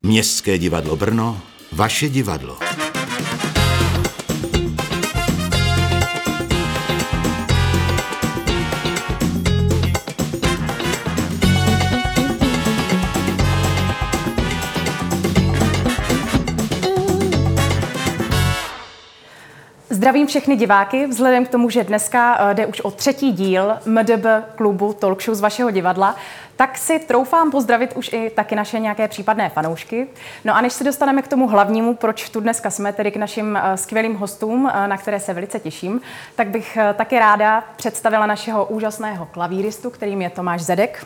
Městské divadlo Brno, vaše divadlo. Zdravím všechny diváky, vzhledem k tomu, že dneska jde už o třetí díl MDB klubu Talk Show z vašeho divadla, tak si troufám pozdravit už i taky naše nějaké případné fanoušky. No a než se dostaneme k tomu hlavnímu, proč tu dneska jsme, tedy k našim skvělým hostům, na které se velice těším, tak bych taky ráda představila našeho úžasného klavíristu, kterým je Tomáš Zedek.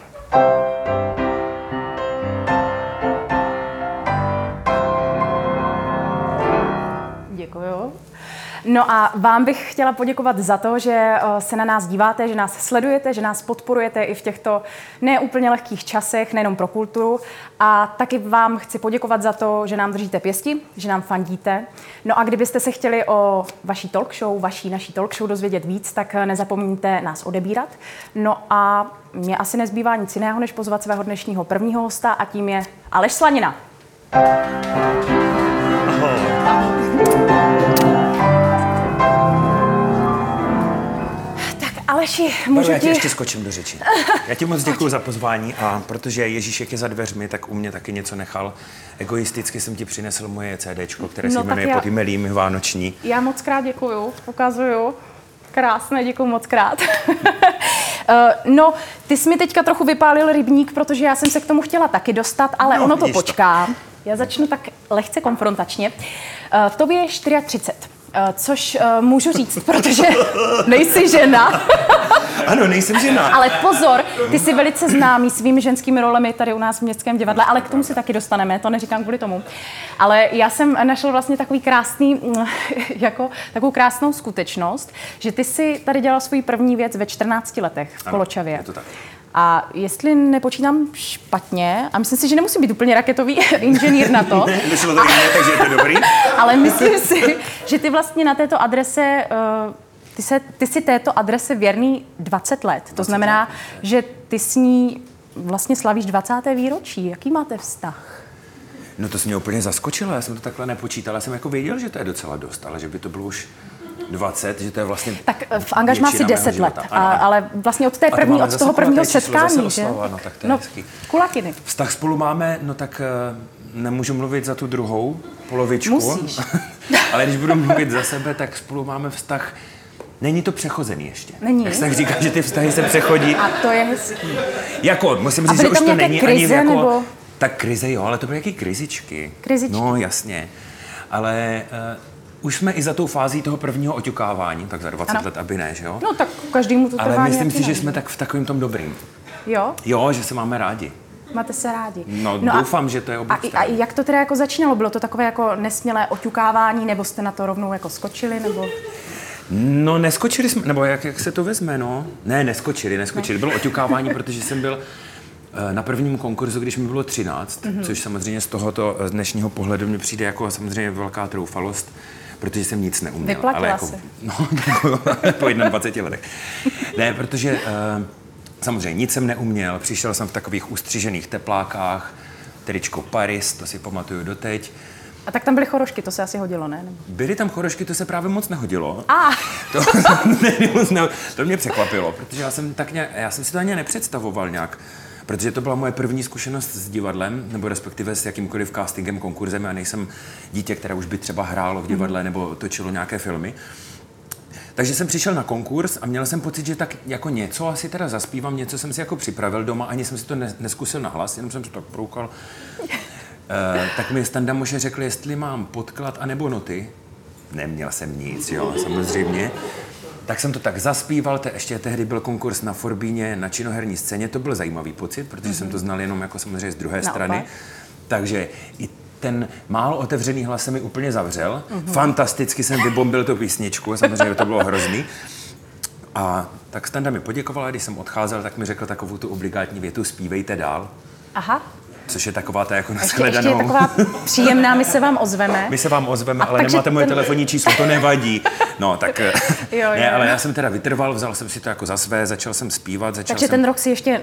Děkuju. No a vám bych chtěla poděkovat za to, že se na nás díváte, že nás sledujete, že nás podporujete i v těchto neúplně lehkých časech, nejenom pro kulturu. A taky vám chci poděkovat za to, že nám držíte pěsti, že nám fandíte. No a kdybyste se chtěli o vaší naší talk show dozvědět víc, tak nezapomeňte nás odebírat. No a mně asi nezbývá nic jiného, než pozvat svého dnešního prvního hosta a tím je Aleš Slanina. Aleši, můžu Já ti ještě skočím do řeči. Já ti moc děkuji za pozvání a protože Ježíšek je za dveřmi, tak u mě taky něco nechal. Egoisticky jsem ti přinesl moje CDčko, které se jmenuje Pod jmelím vánoční. Já moc krát děkuju, ukazuju. Krásné, děkuju moc krát. No, ty jsi mi teďka trochu vypálil rybník, protože já jsem se k tomu chtěla taky dostat, ale ono to počká. Já začnu tak lehce konfrontačně. Tobě je 34. Což můžu říct, protože nejsi žena. Ano, nejsem žena. Ale pozor, ty jsi velice známý svými ženskými rolemi tady u nás v Městském divadle, ale k tomu se taky dostaneme, to neříkám kvůli tomu. Ale já jsem našel vlastně takový krásný, takovou krásnou skutečnost, že ty jsi tady dělal svůj první věc ve 14 letech v Koločavě. Ano, je to tak. A jestli nepočítám špatně, a myslím si, že nemusím být úplně raketový inženýr na to. Vyšlo to jiné, takže je to dobrý. Ale myslím si, že ty vlastně na této adrese, ty jsi této adrese věrný 20 let. To znamená, že ty s ní vlastně slavíš 20. výročí. Jaký máte vztah? No to jsi mě úplně zaskočila, já jsem to takhle nepočítal. Já jsem jako věděl, že to je docela dost, ale že by to bylo už 20, že to je vlastně. Tak v angažmá si 10 let, ale vlastně od toho prvního setkání, že? No, tak to je hezký. Kulakiny. Vztah spolu máme, no tak nemůžu mluvit za tu druhou polovičku. Musíš. Ale když budu mluvit za sebe, tak spolu máme vztah. Není to přechozený ještě. Není. Jak se tak říká, že ty vztahy se přechodí. A to je hezký. Jako, musím říct, že už to není krize, ani jako. Nebo? Tak krize jo, ale to byly jaký krizičky. No jasně. Ale už jsme i za tou fází toho prvního oťukávání, tak za 20 let, aby ne, že jo? No tak každému to trvá. Ale myslím si, že jsme tak v takovém tom dobrým. Jo? Jo, že se máme rádi. Máte se rádi. No doufám, že to je obrovské. A jak to teda jako začínalo? Bylo to takové jako nesmělé oťukávání, nebo jste na to rovnou jako skočili, nebo? No neskočili jsme, nebo jak se to vezme, no? Ne, neskočili. Bylo oťukávání, protože jsem byl na prvním konkurzu, když mi bylo 13, což samozřejmě z tohoto dnešního pohledu mi přijde jako samozřejmě velká troufalost, protože jsem nic neuměl. Vyplatila ale jako, se. No, po 21 letech. Ne, protože samozřejmě nic jsem neuměl, přišel jsem v takových ustřižených teplákách, tričko Paris, to si pamatuju doteď. A tak tam byly chorošky, to se asi hodilo, ne? Byly tam chorošky, to se právě moc nehodilo. To To mě překvapilo, protože já jsem si to ani nepředstavoval nějak. Protože to byla moje první zkušenost s divadlem, nebo respektive s jakýmkoliv castingem, konkurzem. Já nejsem dítě, které už by třeba hrálo v divadle nebo točilo nějaké filmy. Takže jsem přišel na konkurs a měl jsem pocit, že tak jako něco asi teda zaspívám, něco jsem si jako připravil doma, ani jsem si to neskusil nahlas, jenom jsem to tak proukal. Tak mi Standa Moše řekl, jestli mám podklad anebo noty. Neměl jsem nic, jo, samozřejmě. Tak jsem to tak zaspíval, ještě tehdy byl konkurs na Forbíně na činoherní scéně, to byl zajímavý pocit, protože jsem to znal jenom jako samozřejmě z druhé strany. Takže i ten málo otevřený hlas se mi úplně zavřel. Fantasticky jsem vybombil tu písničku, samozřejmě to bylo hrozný. A tak Standa mi poděkovala, když jsem odcházel, tak mi řekl takovou tu obligátní větu, zpívejte dál. Aha. Což je taková ta jako nashledanou. Ještě je taková příjemná, my se vám ozveme. My se vám ozveme, ale nemáte moje telefonní číslo, to nevadí. No, tak jo. Ne, ale já jsem teda vytrval, vzal jsem si to jako za své, začal jsem zpívat. Takže ten rok si ještě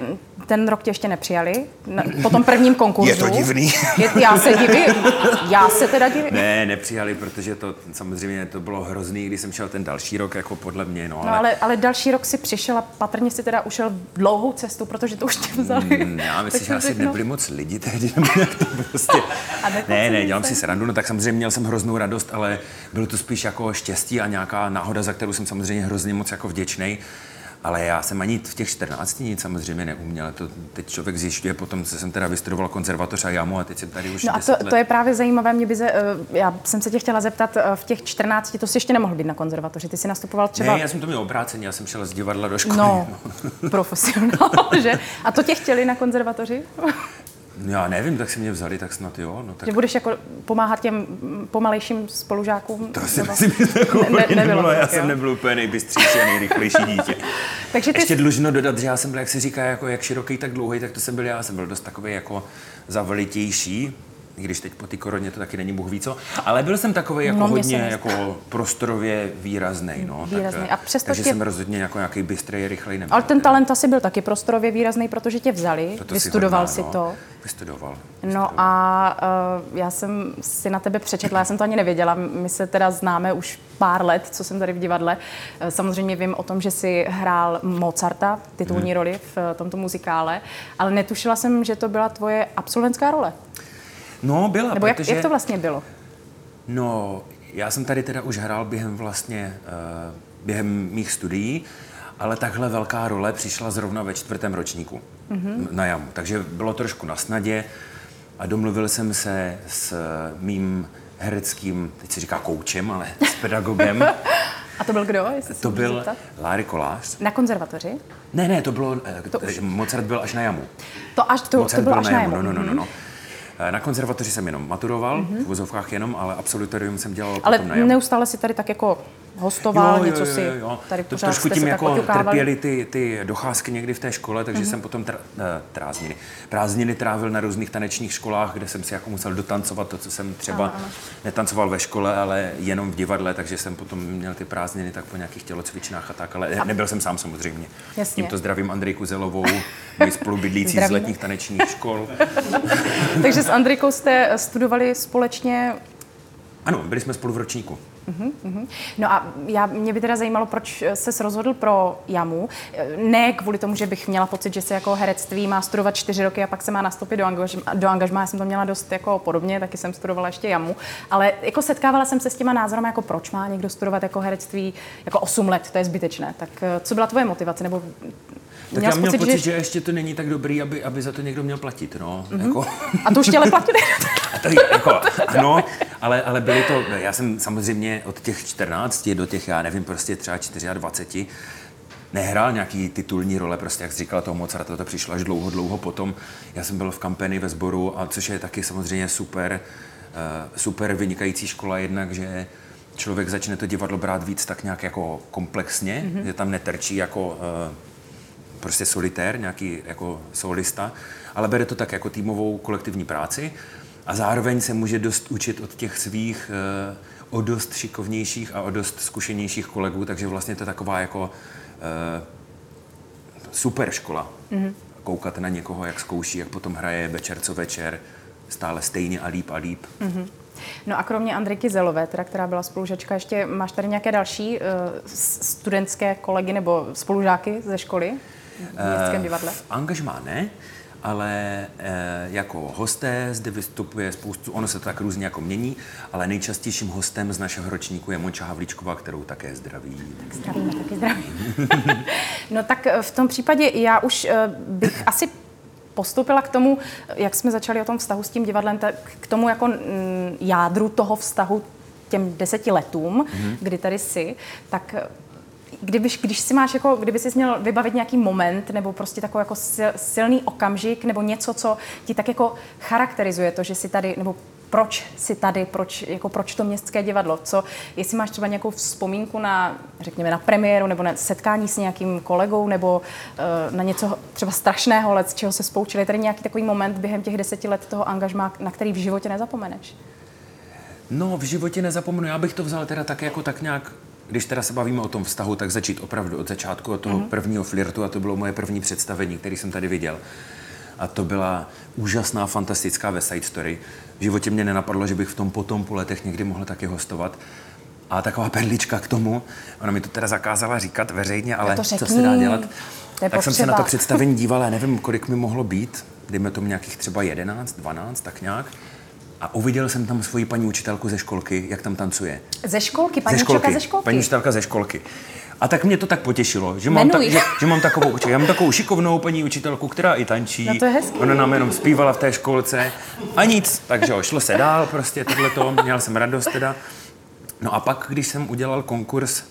ten rok tě ještě nepřijali po tom prvním konkurzu. Je to divný. Já se divím. Já se teda divím. Ne, nepřijali, protože to samozřejmě to bylo hrozný, když jsem šel ten další rok, jako podle mě, no. No ale další rok si přišel a patrně si teda ušel dlouhou cestu, protože to už tě vzali. Já myslím, Tak že asi řeknu. nebyli moc lidi tehdy, nebo jak to prostě. A Ne, dělám si srandu, no tak samozřejmě měl jsem hroznou radost, ale bylo to spíš jako štěstí a nějaká náhoda, za kterou jsem samozřejmě hrozně moc jako vděčnej. Ale já jsem ani v těch 14 nic samozřejmě neuměl. To teď člověk zjišťuje potom, co jsem teda vystudoval konzervatoř a jamu a teď jsem tady už No a 10 let. to je právě zajímavé, já jsem se tě chtěla zeptat, v těch 14, to jsi ještě nemohl být na konzervatoři, ty jsi nastupoval třeba... Ne, já jsem to měl obráceně, já jsem šel z divadla do školy. No, profesionál, že? A to tě chtěli na konzervatoři? Já nevím, tak si mě vzali, tak snad jo. No, tak... Že budeš jako pomáhat těm pomalejším spolužákům? To si myslím, že takové nebylo. Já tak, jsem jo. nebyl úplně nejbystřejší a nejrychlejší dítě. Takže ty Ještě dlužno dodat, že já jsem byl, jak se říká, jako jak široký, tak dlouhý, tak to jsem byl já. Jsem byl dost takový jako zavelitější, i když teď po té koroně to taky není bůh ví co. Ale byl jsem takový jako No, mně se hodně nezdá. jako prostorově výrazný. No, Výraznej. A přesto takže tě- jsem rozhodně jako nějaký bystrej, rychlej nebyl. Ale ten talent asi byl taky prostorově výrazný, protože tě vzali, To si vystudoval hodná, si no. to. Vystudoval. No a já jsem si na tebe přečetla, já jsem to ani nevěděla, my se teda známe už pár let, co jsem tady v divadle. Samozřejmě vím o tom, že jsi hrál Mozarta, titulní roli v tomto muzikále, ale netušila jsem, že to byla tvoje absolventská role. No, byla, Nebo protože... jak to vlastně bylo? No, já jsem tady teda už hrál během mých studií, ale takhle velká role přišla zrovna ve 4. ročníku na jamu. Takže bylo trošku na snadě a domluvil jsem se s mým hereckým, teď se říká koučem, ale s pedagogem. A to byl kdo, jestli se To můžu byl zeptat? Láry Kolář. Na konzervatoři? Ne, to bylo, už- Mozart byl až na jamu. To Mozart bylo byl až na jamu. No. Na konzervatoři jsem jenom maturoval, v uvozovkách jenom, ale absolutorium jsem dělal Ale potom na jamu. neustále si tady tak jako hostoval, něco si tady To pořád trošku jste tím se tak jako oťukávali. trpěly ty docházky někdy v té škole, takže jsem potom prázdniny trávil na různých tanečních školách, kde jsem si jako musel dotancovat to, co jsem třeba netancoval ve škole, ale jenom v divadle, takže jsem potom měl ty prázdniny tak po nějakých tělocvičnách a tak, ale nebyl jsem sám samozřejmě. Jasně. Tímto zdravím Andrejku Zelovou, můj spolubydlící z Zdravíme. letních tanečních škol. Takže s Andrejkou jste studovali společně. Ano, byli jsme spolu v ročníku. No a mě by teda zajímalo, proč ses rozhodl pro jamu. Ne kvůli tomu, že bych měla pocit, že se jako herectví má studovat 4 roky a pak se má nastoupit do angažmá. Já jsem to měla dost jako podobně, taky jsem studovala ještě jamu. Ale jako setkávala jsem se s těma názorama, jako proč má někdo studovat jako herectví jako 8 let, to je zbytečné. Tak co byla tvoje motivace? Nebo Tak já měl pocit, že ještě to není tak dobrý, aby za to někdo měl platit, no. Jako... A to už tě ale platili? A to jako, ano, ale byly to, já jsem samozřejmě od těch 14 do těch, já nevím, prostě třeba 24 nehrál nějaký titulní role, prostě jak jsi říkala toho Mozarta, to přišlo až dlouho potom. Já jsem byl v kampani ve sboru, a což je taky samozřejmě super vynikající škola, jednak, že člověk začne to divadlo brát víc tak nějak jako komplexně, že tam netrčí jako prostě solitér, nějaký jako solista, ale bere to tak jako týmovou kolektivní práci a zároveň se může dost učit od těch svých o dost šikovnějších a o dost zkušenějších kolegů, takže vlastně to je taková jako super škola. Koukat na někoho, jak zkouší, jak potom hraje večer co večer, stále stejně a líp. No a kromě Andrejky Zelové, teda, která byla spolužačka, ještě máš tady nějaké další studentské kolegy nebo spolužáky ze školy v Městském divadle? V angažmá ne, ale jako hosté zde vystupuje spoustu, ono se to tak různě jako mění, ale nejčastějším hostem z našeho ročníku je Monča Havlíčková, kterou také zdravím. Zdravíme, taky zdravím. No tak v tom případě já už bych asi postoupila k tomu, jak jsme začali o tom vztahu s tím divadlem, tak k tomu jako jádru toho vztahu těm 10 letům, kdy tady jsi, tak když si máš jako, kdyby jsi měl vybavit nějaký moment nebo prostě takový jako silný okamžik nebo něco, co ti tak jako charakterizuje to, že jsi tady, nebo proč jsi tady, proč to Městské divadlo, jestli máš třeba nějakou vzpomínku na, řekněme, na premiéru nebo na setkání s nějakým kolegou nebo na něco třeba strašného let, z čeho se spoučili, tady nějaký takový moment během těch 10 let toho angažmá, na který v životě nezapomeneš? No, v životě nezapomenu, já bych to vzal teda tak nějak, když teda se bavíme o tom vztahu, tak začít opravdu od začátku, od toho prvního flirtu, a to bylo moje první představení, který jsem tady viděl. A to byla úžasná, fantastická West Side Story. V životě mě nenapadlo, že bych v tom potom po letech někdy mohl taky hostovat. A taková perlička k tomu, ona mi to teda zakázala říkat veřejně, ale co se dá dělat? Tak jsem se na to představení díval, já nevím, kolik mi mohlo být, dejme tomu nějakých třeba 11, 12, tak nějak. A uviděl jsem tam svoji paní učitelku ze školky, jak tam tancuje. Ze školky? Paní učitelka ze školky? Paní učitelka ze školky. A tak mě to tak potěšilo, že mám takovou šikovnou paní učitelku, která i tančí. No to je hezký. Ona nám jenom zpívala v té školce a nic. Takže šlo se dál, prostě tohleto, měl jsem radost teda. No a pak, když jsem udělal konkurs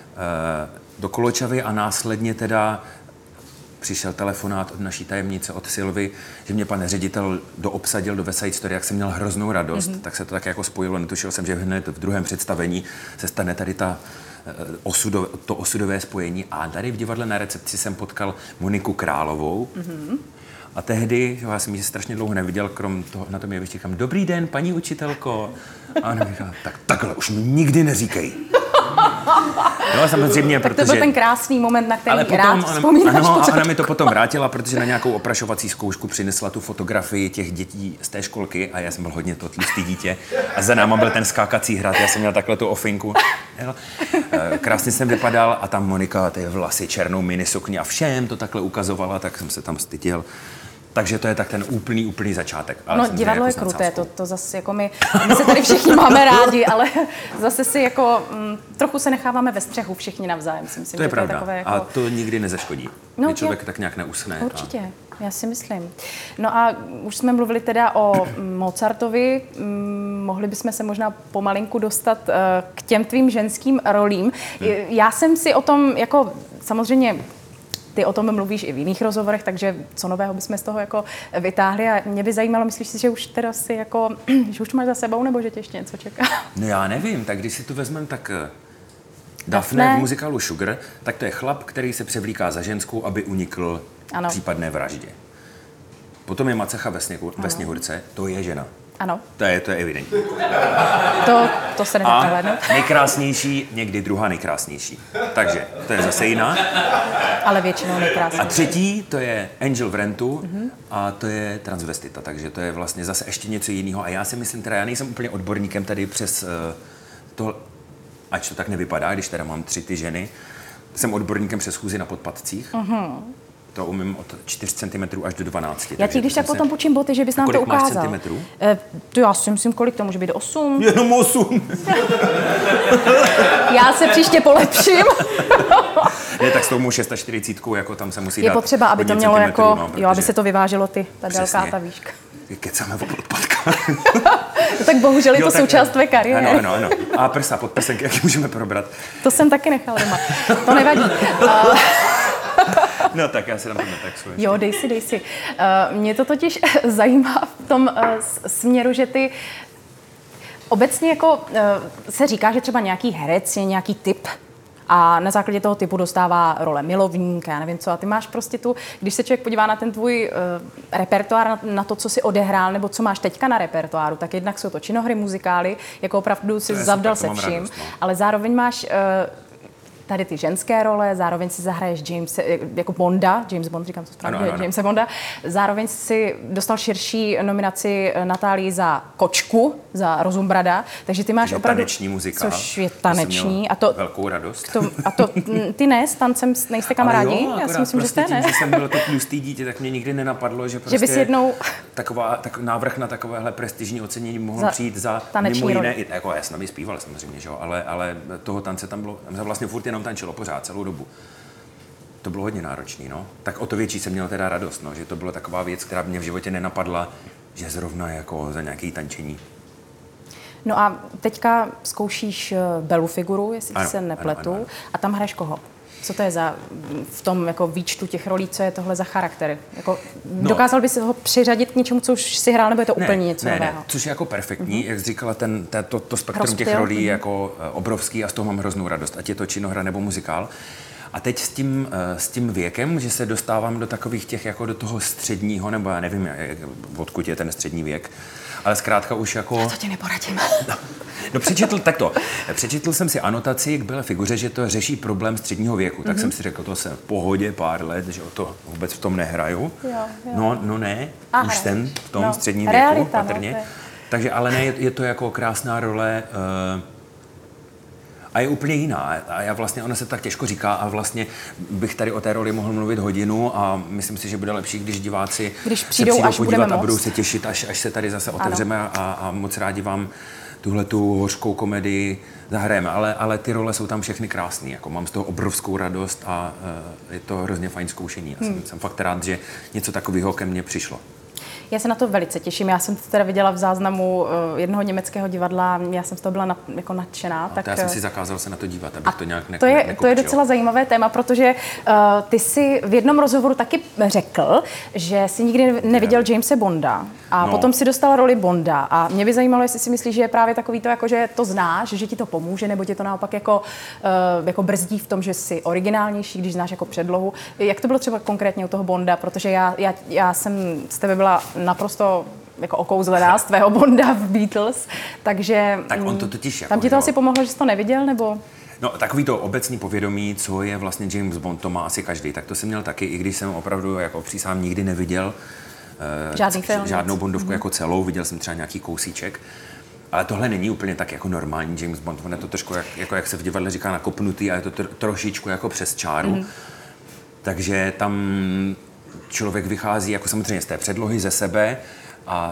do Koločavy a následně teda přišel telefonát od naší tajemnice, od Silvy, že mě pan ředitel doobsadil do West Side Story, jak jsem měl hroznou radost, tak se to tak jako spojilo. Netušil jsem, že hned v druhém představení se stane tady to osudové spojení. A tady v divadle na recepci jsem potkal Moniku Královou. A tehdy, já jsem ji strašně dlouho neviděl, krom toho, na tom jevišti, říkám, dobrý den, paní učitelko. A ona mi říkala, takhle už mi nikdy neříkej. No samozřejmě, tak protože... to byl ten krásný moment, na který potom, rád vzpomínáš. Ano, a ona mi to potom vrátila, protože na nějakou oprašovací zkoušku přinesla tu fotografii těch dětí z té školky a já jsem byl hodně to tlustý dítě a za náma byl ten skákací hrad, já jsem měl takhle tu ofinku. Krásně jsem vypadal a tam Monika, ty vlasy, černou minisukni a všem to takhle ukazovala, tak jsem se tam styděl. Takže to je tak ten úplný začátek. Ale no, divadlo je kruté, to zase jako my se tady všichni máme rádi, ale zase si jako trochu se necháváme ve střechu všichni navzájem. Si myslím, to je pravda. To je takové jako... A to nikdy nezaškodí. Když člověk tak nějak neusne. Určitě, já si myslím. No a už jsme mluvili teda o Mozartovi, mohli bychom se možná pomalinku dostat k těm tvým ženským rolím. Já jsem si o tom jako samozřejmě... Ty o tom mluvíš i v jiných rozhovorech, takže co nového bychom z toho jako vytáhli a mě by zajímalo, myslíš si, že už teda si jako, že už to máš za sebou, nebo že tě ještě něco čeká? No já nevím, tak když si tu vezmeme, tak Daphne v muzikálu Sugar, tak to je chlap, který se převlíká za ženskou, aby unikl případné vraždě. Potom je Macecha ve Sněhurce, to je žena. Ano. To je evidentní. To se nedá přehlédnout. Nejkrásnější, někdy druhá nejkrásnější. Takže to je zase jiná. Ale většinou nejkrásnější. A třetí, to je Angel v Rentu a to je transvestita, takže to je vlastně zase ještě něco jiného. A já si myslím, teda já nejsem úplně odborníkem tady přes to, ať to tak nevypadá, když teda mám 3 ty ženy, jsem odborníkem přes chůzi na podpatcích. To umím od 4 cm až do 12. Já ti když tak potom počím boty, že bys nám to ukázal. Kolik máš centimetrů? To já si myslím, kolik to může být 8. Jenom 8. Já se příště polepším. Ne, tak s tou 46, jako tam se musí dát. Je potřeba, aby to mělo jako, protože... jo, aby se to vyváželo ta délka a ta výška. Kecáme o podpatkách. Tak bohužel je to součást tvé kariéry. Ano. A prsa, podprsenky, jak můžeme probrat. To jsem taky nechala doma. To nevadí. No tak já si tam to netaxuji. Jo, dej si. Mě to totiž zajímá v tom směru, že ty obecně jako se říká, že třeba nějaký herec je nějaký typ a na základě toho typu dostává role milovníka, já nevím co. A ty máš prostě když se člověk podívá na ten tvůj repertoár, na to, co si odehrál, nebo co máš teďka na repertoáru, tak jednak jsou to činohry, muzikály, jako opravdu si zavdal se vším, radost, no. Ale zároveň máš tady ty ženské role, zároveň si zahraješ jako Bonda, James Bond, říkám to správně, Jamese Bonda. Zároveň si dostal širší nominaci Natálii za Kočku, za Rozumbrada, takže ty máš opravdu... taneční muzikál. Což je taneční. A to velkou radost. Ty ne, s tancem nejste kamarádi? Jo, já si myslím, prostě že jste ne. Tím, že jsem byl to tlustý dítě, tak mě nikdy nenapadlo, že prostě bys jednou... návrh na takovéhle prestižní ocenění mohl přijít za mimo jiné. Jako já jsem tam zpíval samozřejmě, že jo, ale toho tance tam bylo, tam vlastně furt jenom tančilo pořád, celou dobu. To bylo hodně náročný, no. Tak o to větší jsem měl teda radost, no, že to byla taková věc, která mě v životě nenapadla, že zrovna jako za nějaké tančení. No a teďka zkoušíš Belu figuru, jestli se nepletu, ano. A tam hraješ koho? Co to je v tom jako výčtu těch rolí, co je tohle za charakter? Jako, dokázal bys ho přiřadit k něčemu, co už si hrál, nebo je to úplně něco nového? Ne, což je jako perfektní, jak jsi říkala, to spektrum těch rolí je jako obrovský a z toho mám hroznou radost, ať je to činohra nebo muzikál. A teď s tím věkem, že se dostávám do takových těch, jako do toho středního, nebo já nevím, odkud je ten střední věk, ale zkrátka už jako... To ti neporadím. No přečetl jsem si anotaci k Bílé figuře, že to řeší problém středního věku, tak jsem si řekl, to se v pohodě pár let, že o to vůbec v tom nehraju. Jo. No ne, Aha. už jsem v tom středním Realita, věku, patrně. Takže ale ne, je to jako krásná role a je úplně jiná. A já vlastně, ona se tak těžko říká a vlastně bych tady o té roli mohl mluvit hodinu a myslím si, že bude lepší, když diváci přijdou, až podívat a moct. budou se těšit, až se tady zase otevřeme a moc rádi vám tuhletu hořkou komedii zahrajeme. Ale ty role jsou tam všechny krásné. Jako mám z toho obrovskou radost a je to hrozně fajn zkoušení. Já jsem fakt rád, že něco takového ke mně přišlo. Já se na to velice těším. Já jsem to teda viděla v záznamu jednoho německého divadla, já jsem z toho byla jako nadšená. Tak já jsem si zakázal se na to dívat, abych to nějak to je docela zajímavé téma, protože ty si v jednom rozhovoru taky řekl, že si nikdy neviděl Jamese Bonda a potom si dostal roli Bonda a mě by zajímalo, jestli si myslíš, že je právě takový to, jako, že to znáš, že ti to pomůže, nebo tě to naopak jako brzdí v tom, že jsi originálnější, když znáš jako předlohu. Jak to bylo třeba konkrétně u toho Bonda, protože já jsem z tebe byla naprosto jako okouzlená z tvého Bonda v Beatles, takže tak on to totiž jako, tam ti to asi pomohlo, že jsi to neviděl, nebo? No, takový to obecný povědomí, co je vlastně James Bond, to má asi každý. Tak to jsem měl taky, i když jsem opravdu, jako přísám, nikdy neviděl žádnou Bondovku jako celou, viděl jsem třeba nějaký kousíček. Ale tohle není úplně tak jako normální James Bond, on je to trošku, jak se v divadle říká, nakopnutý a je to trošičku jako přes čáru. Takže tam člověk vychází jako samozřejmě z té předlohy, ze sebe a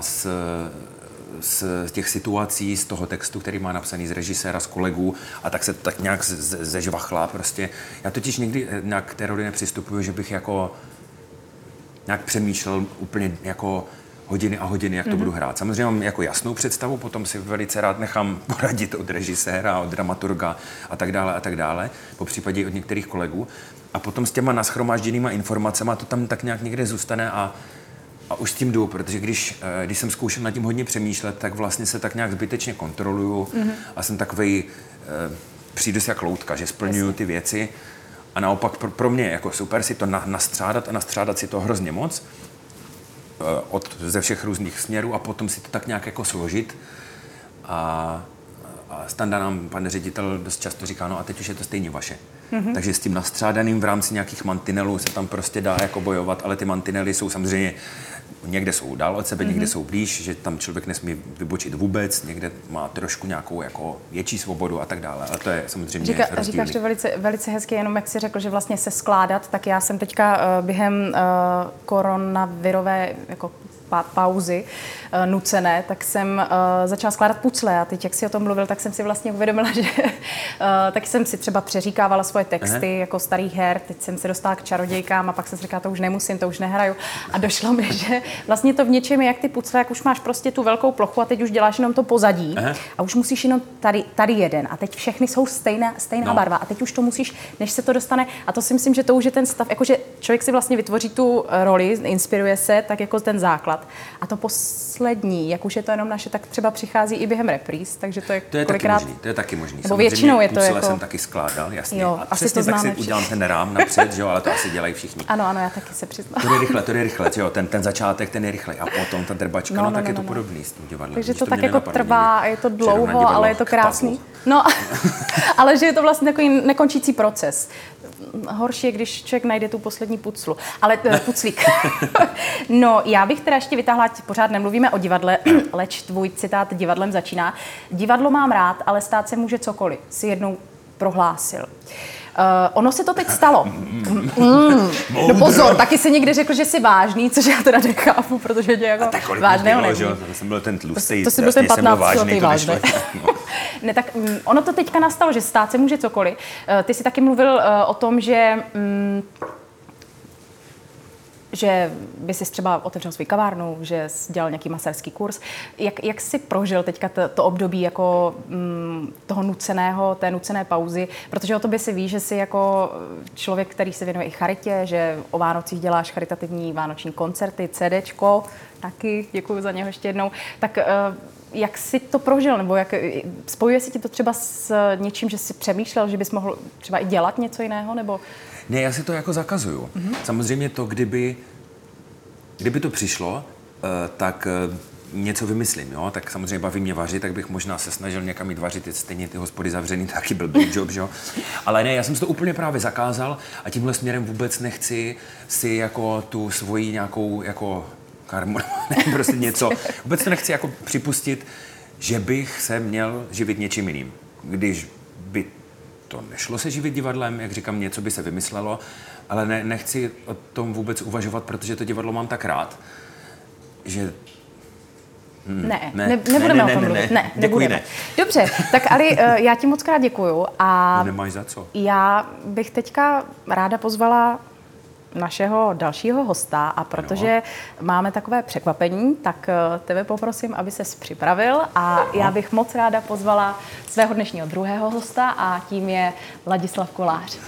z těch situací, z toho textu, který má napsaný z režiséra, z kolegů a tak se tak nějak zežvachla prostě. Já totiž někdy nějak k té roli nepřistupuju, že bych jako nějak přemýšlel úplně jako hodiny a hodiny, jak to budu hrát. Samozřejmě mám jako jasnou představu, potom si velice rád nechám poradit od režiséra, od dramaturga a tak dále, po případě od některých kolegů. A potom s těma nashromážděnýma informacemi to tam tak nějak někde zůstane a už s tím jdu, protože když jsem zkoušel nad tím hodně přemýšlet, tak vlastně se tak nějak zbytečně kontroluju a jsem takovej, přijdu si jak loutka, že splňuju ty věci a naopak pro mě jako super si to nastřádat a nastřádat si to hrozně moc ze všech různých směrů a potom si to tak nějak jako složit a Standa nám, pan ředitel, dost často říká, no a teď už je to stejně vaše. Takže s tím nastřádaným v rámci nějakých mantinelů se tam prostě dá jako bojovat, ale ty mantinely jsou samozřejmě, někde jsou dál od sebe, někde jsou blíž, že tam člověk nesmí vybočit vůbec, někde má trošku nějakou jako větší svobodu a tak dále, ale to je samozřejmě rozdílný. Říkáš to velice hezky, jenom jak jsi řekl, že vlastně se skládat, tak já jsem teďka během koronavirové jako pauzy nucené, tak jsem začala skládat pucle a teď, jak jsi o tom mluvil, tak jsem si vlastně uvědomila, že taky jsem si třeba přeříkávala svoje texty jako starých her, teď jsem se dostala k čarodějkám a pak jsem si říkala, to už nemusím, to už nehraju a došlo mi, že vlastně to v něčem je jak ty pucle, jak už máš prostě tu velkou plochu a teď už děláš jenom to pozadí a už musíš jenom tady jeden a teď všechny jsou stejná barva a teď už to musíš, než se to dostane a to si myslím, že to už je ten stav, jakože člověk si vlastně vytvoří tu roli, inspiruje se, tak jako ten základ a to poslední, jak už je to jenom naše, tak třeba přichází i během repríz, takže to je kolikrát... To je taky možný. Nebo většinou je to jako... jsem taky skládal, jasně. Jo, a asi přesně to tak si všichni. udělám ten rám napřed, že jo, ale to asi dělají všichni. Ano, já taky se přiznám. To je rychle, jo, ten začátek, ten je rychlej a potom ta drbačka, tak je to podobný s tím divadlem. Takže to tak jako trvá, je to dlouho, ale je to krásný. No, ale že je to vlastně takový nekončící proces. Horší je, když člověk najde tu poslední puclu. Ale puclík. No, já bych teda ještě vytáhla, ať pořád nemluvíme o divadle, leč tvůj citát divadlem začíná. Divadlo mám rád, ale stát se může cokoliv, si jednou prohlásil. Ono se to teď stalo. No pozor, taky si někdy řekl, že jsi vážný, což já teda nechápu, protože tě jako vážného nevím. To jsem byl ten tlustý, to jsi byl ten 15letý vážný. Ne, tak ono to teďka nastalo, že stát se může cokoliv. Ty jsi taky mluvil o tom, že by si třeba otevřel svou kavárnu, že jsi dělal nějaký masérský kurz. Jak jsi prožil teďka to období jako toho té nucené pauzy? Protože o tobě si ví, že jsi jako člověk, který se věnuje i charitě, že o Vánocích děláš charitativní vánoční koncerty, CDčko, taky, děkuji za něho ještě jednou. Tak jak jsi to prožil? Nebo spojuje si ti to třeba s něčím, že jsi přemýšlel, že bys mohl třeba i dělat něco jiného? Nebo... Ne, já si to jako zakazuju. Samozřejmě to, kdyby to přišlo, tak něco vymyslím, jo? Tak samozřejmě baví mě vařit, tak bych možná se snažil někam jít vařit, stejně ty hospody zavřený, taky blbý job, že jo? Ale ne, já jsem si to úplně právě zakázal a tímhle směrem vůbec nechci si jako tu svoji nějakou jako karmu, ne, prostě něco, vůbec to nechci jako připustit, že bych se měl živit něčím jiným. Když by to nešlo se živit divadlem, jak říkám, něco by se vymyslelo, ale nechci o tom vůbec uvažovat, protože to divadlo mám tak rád, že... Nebudeme o tom mluvit. Ne, děkuji, ne. Dobře, tak Ali, já ti moc krát děkuju a nemáš za co. Já bych teďka ráda pozvala našeho dalšího hosta a protože máme takové překvapení, tak tebe poprosím, aby ses připravil a já bych moc ráda pozvala svého dnešního druhého hosta a tím je Ladislav Kolář.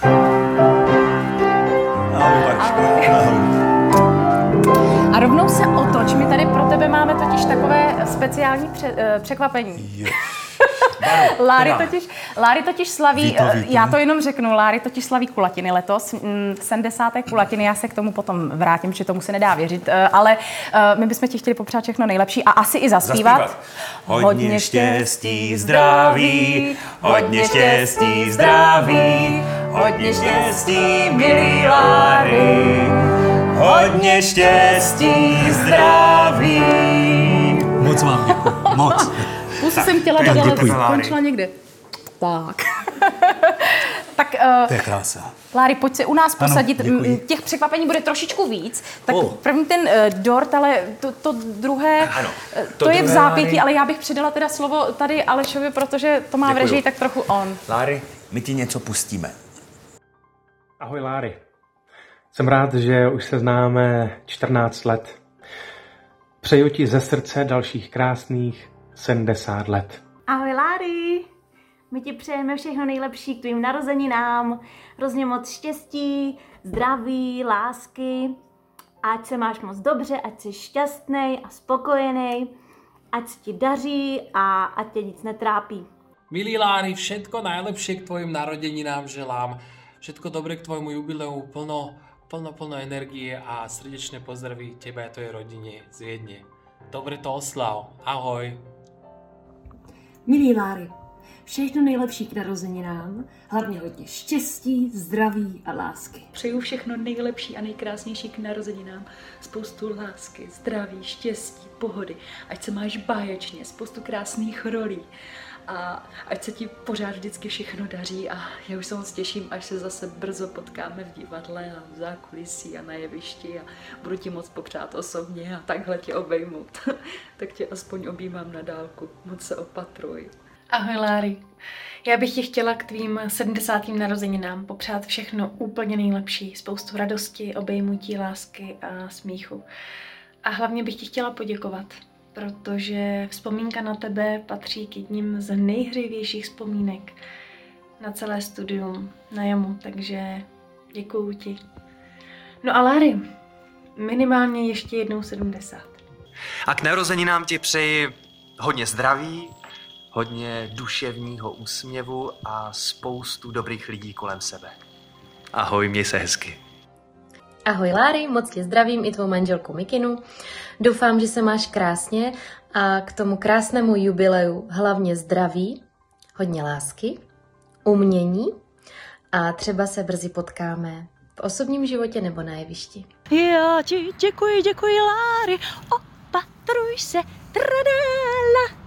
A rovnou se otoč, my tady pro tebe máme totiž takové speciální překvapení. Láry totiž slaví, já to jenom řeknu, Láry totiž slaví kulatiny letos, 70. kulatiny, já se k tomu potom vrátím, že tomu se nedá věřit, ale my bychom ti chtěli popřát všechno nejlepší a asi i zaspívat. Hodně štěstí, zdraví, hodně štěstí, zdraví, hodně štěstí, milí Láry, hodně štěstí, zdraví. Moc vám děkuji, moc. Pusu jsem chtěla dodat, ale skončila někde. Tak. Tak, to je krása. Láry, pojď se u nás posadit. Ano, těch překvapení bude trošičku víc. Tak první ten dort, ale to druhé, Ano, to je v zápětí, ale já bych předala teda slovo tady Alešovi, protože to má v režii tak trochu on. Láry, my ti něco pustíme. Ahoj Láry. Jsem rád, že už se známe 14 let. Přeju ti ze srdce dalších krásných 70 let. Ahoj Láry, my ti přejeme všechno nejlepší k tvým narozeninám, hrozně moc štěstí, zdraví, lásky, ať se máš moc dobře, ať jsi šťastnej a spokojený, ať se ti daří a ať tě nic netrápí. Milí Láry, všetko najlepšie k tvojim narodeninám želám, všetko dobré k tvojmu jubileu, plno energie a srdečné pozdraví tebe a tvojej rodine z Viedne. Dobre to oslav, ahoj. Milí Láry, všechno nejlepší k narozeninám, hlavně hodně štěstí, zdraví a lásky. Přeju všechno nejlepší a nejkrásnější k narozeninám, spoustu lásky, zdraví, štěstí, pohody, ať se máš báječně, spoustu krásných rolí a ať se ti pořád vždycky všechno daří a já už se moc těším, až se zase brzo potkáme v divadle a v zákulisí a na jevišti a budu ti moc popřát osobně a takhle tě obejmout. Tak tě aspoň objímám na dálku, moc se opatruj. Ahoj Láry, já bych ti chtěla k tvým 70. narozeninám popřát všechno úplně nejlepší, spoustu radosti, obejmutí, lásky a smíchu. A hlavně bych ti chtěla poděkovat, protože vzpomínka na tebe patří k jedním z nejhřejivějších vzpomínek na celé studium na Jamu, takže děkuju ti. No a Láry, minimálně ještě jednou 70. A k narozeninám ti přeji hodně zdraví, hodně duševního úsměvu a spoustu dobrých lidí kolem sebe. Ahoj, měj se hezky. Ahoj Láry, moc tě zdravím i tvou manželku Mikinu. Doufám, že se máš krásně a k tomu krásnému jubileu hlavně zdraví, hodně lásky, umění a třeba se brzy potkáme v osobním životě nebo na jevišti. Já ti děkuji Láry, opatruj se, tradala.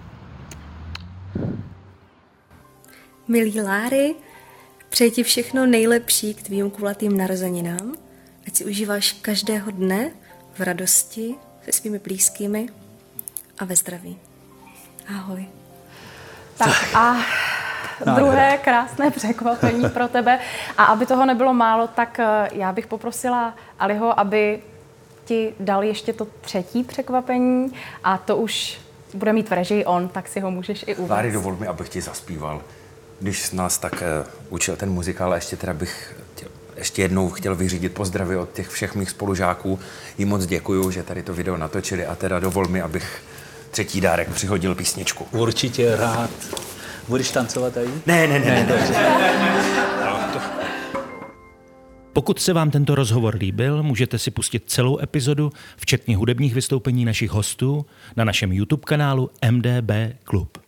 Milí Láry, přeji ti všechno nejlepší k tvým kulatým narozeninám. Ať si užíváš každého dne v radosti se svými blízkými a ve zdraví. Ahoj. Tak a druhé krásné překvapení pro tebe. A aby toho nebylo málo, tak já bych poprosila Aliho, aby ti dal ještě to třetí překvapení a to už bude mít v režii on, tak si ho můžeš i uvést. Láry, dovol mi, abych ti zaspíval. Když nás tak učil ten muzikál, ještě teda bych ještě jednou chtěl vyřídit pozdravy od těch všech mých spolužáků. Jim moc děkuju, že tady to video natočili a teda dovol mi, abych třetí dárek přihodil písničku. Určitě rád. Budeš tancovat tady? Ne. Pokud se vám tento rozhovor líbil, můžete si pustit celou epizodu, včetně hudebních vystoupení našich hostů, na našem YouTube kanálu MDB Klub.